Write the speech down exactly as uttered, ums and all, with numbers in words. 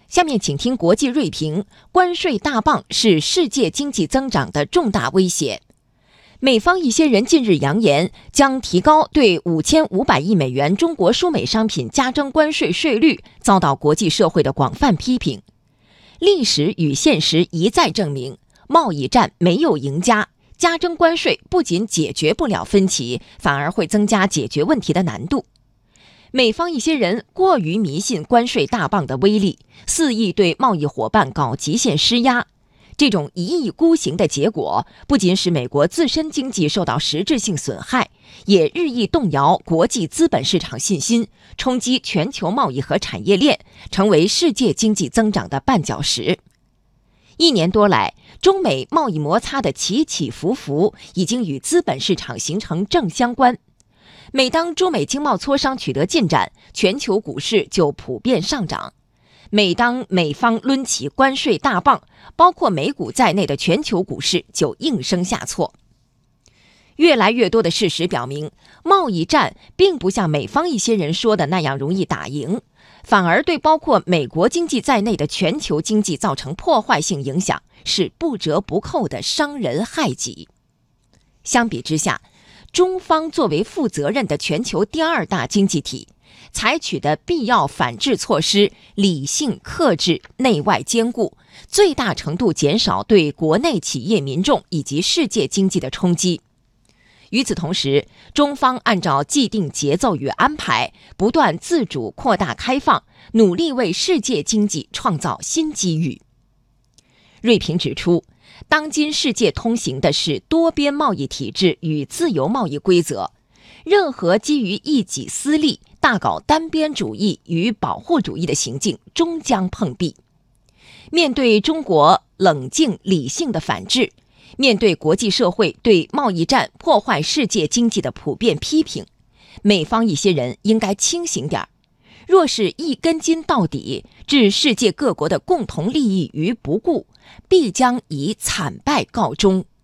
下面请听国际锐评：关税大棒是世界经济增长的重大威胁。美方一些人近日扬言将提高对五千五百亿美元中国输美商品加征关税税率，遭到国际社会的广泛批评。历史与现实一再证明，贸易战没有赢家，加征关税不仅解决不了分歧，反而会增加解决问题的难度。美方一些人过于迷信关税大棒的威力，肆意对贸易伙伴搞极限施压。这种一意孤行的结果，不仅使美国自身经济受到实质性损害，也日益动摇国际资本市场信心，冲击全球贸易和产业链，成为世界经济增长的绊脚石。一年多来，中美贸易摩擦的起起伏伏，已经与资本市场形成正相关。每当中美经贸磋商取得进展，全球股市就普遍上涨；每当美方抡起关税大棒，包括美股在内的全球股市就应声下挫。越来越多的事实表明，贸易战并不像美方一些人说的那样容易打赢，反而对包括美国经济在内的全球经济造成破坏性影响，是不折不扣的伤人害己。相比之下，中方作为负责任的全球第二大经济体，采取的必要反制措施理性克制，内外兼顾，最大程度减少对国内企业民众以及世界经济的冲击。与此同时，中方按照既定节奏与安排，不断自主扩大开放，努力为世界经济创造新机遇。锐评指出，当今世界通行的是多边贸易体制与自由贸易规则，任何基于一己私利、大搞单边主义与保护主义的行径终将碰壁。面对中国冷静理性的反制，面对国际社会对贸易战破坏世界经济的普遍批评，美方一些人应该清醒点儿。若是一根筋到底，置世界各国的共同利益于不顾，必将以惨败告终。